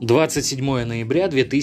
27 ноября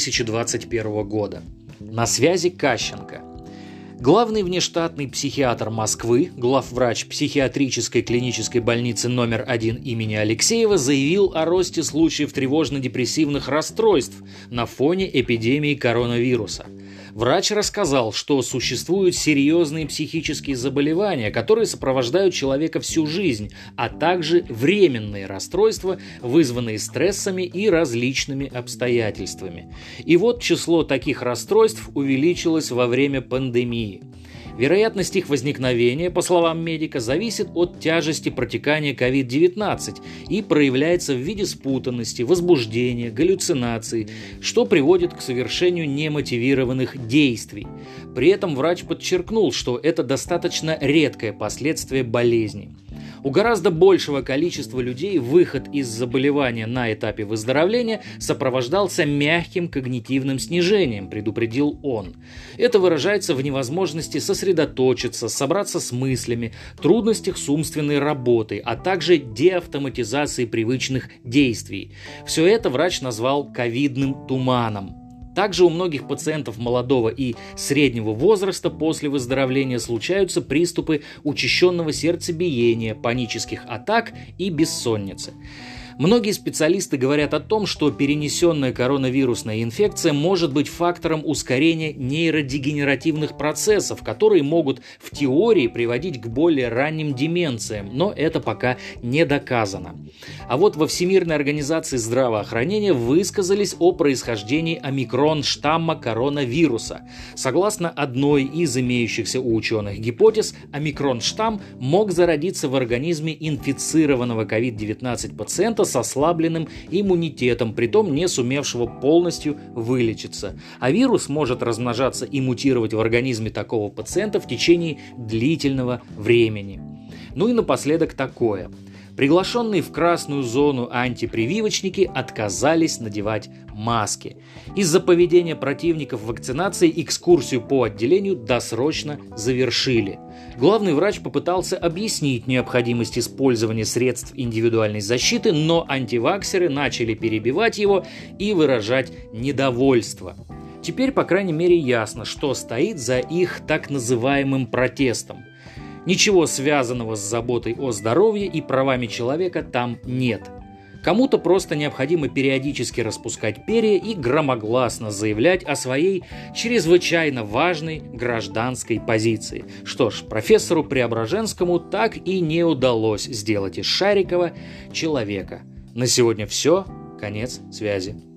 2021 года. На связи Кащенко. Главный внештатный психиатр Москвы, главврач психиатрической клинической больницы номер 1 имени Алексеева заявил о росте случаев тревожно-депрессивных расстройств на фоне эпидемии коронавируса. Врач рассказал, что существуют серьезные психические заболевания, которые сопровождают человека всю жизнь, а также временные расстройства, вызванные стрессами и различными обстоятельствами. И вот число таких расстройств увеличилось во время пандемии. Вероятность их возникновения, по словам медика, зависит от тяжести протекания COVID-19 и проявляется в виде спутанности, возбуждения, галлюцинаций, что приводит к совершению немотивированных действий. При этом врач подчеркнул, что это достаточно редкое последствие болезни. У гораздо большего количества людей выход из заболевания на этапе выздоровления сопровождался мягким когнитивным снижением, предупредил он. Это выражается в невозможности сосредоточиться, собраться с мыслями, трудностях с умственной работой, а также деавтоматизации привычных действий. Все это врач назвал ковидным туманом. Также у многих пациентов молодого и среднего возраста после выздоровления случаются приступы учащенного сердцебиения, панических атак и бессонницы. Многие специалисты говорят о том, что перенесенная коронавирусная инфекция может быть фактором ускорения нейродегенеративных процессов, которые могут в теории приводить к более ранним деменциям, но это пока не доказано. А вот во Всемирной организации здравоохранения высказались о происхождении омикрон-штамма коронавируса. Согласно одной из имеющихся у ученых гипотез, омикрон-штамм мог зародиться в организме инфицированного COVID-19 пациента с ослабленным иммунитетом, притом не сумевшего полностью вылечиться. А вирус может размножаться и мутировать в организме такого пациента в течение длительного времени. Ну и напоследок такое. Приглашенные в красную зону антипрививочники отказались надевать маски. Из-за поведения противников вакцинации экскурсию по отделению досрочно завершили. Главный врач попытался объяснить необходимость использования средств индивидуальной защиты, но антиваксеры начали перебивать его и выражать недовольство. Теперь, по крайней мере, ясно, что стоит за их так называемым протестом. Ничего связанного с заботой о здоровье и правами человека там нет. Кому-то просто необходимо периодически распускать перья и громогласно заявлять о своей чрезвычайно важной гражданской позиции. Что ж, профессору Преображенскому так и не удалось сделать из Шарикова человека. На сегодня все. Конец связи.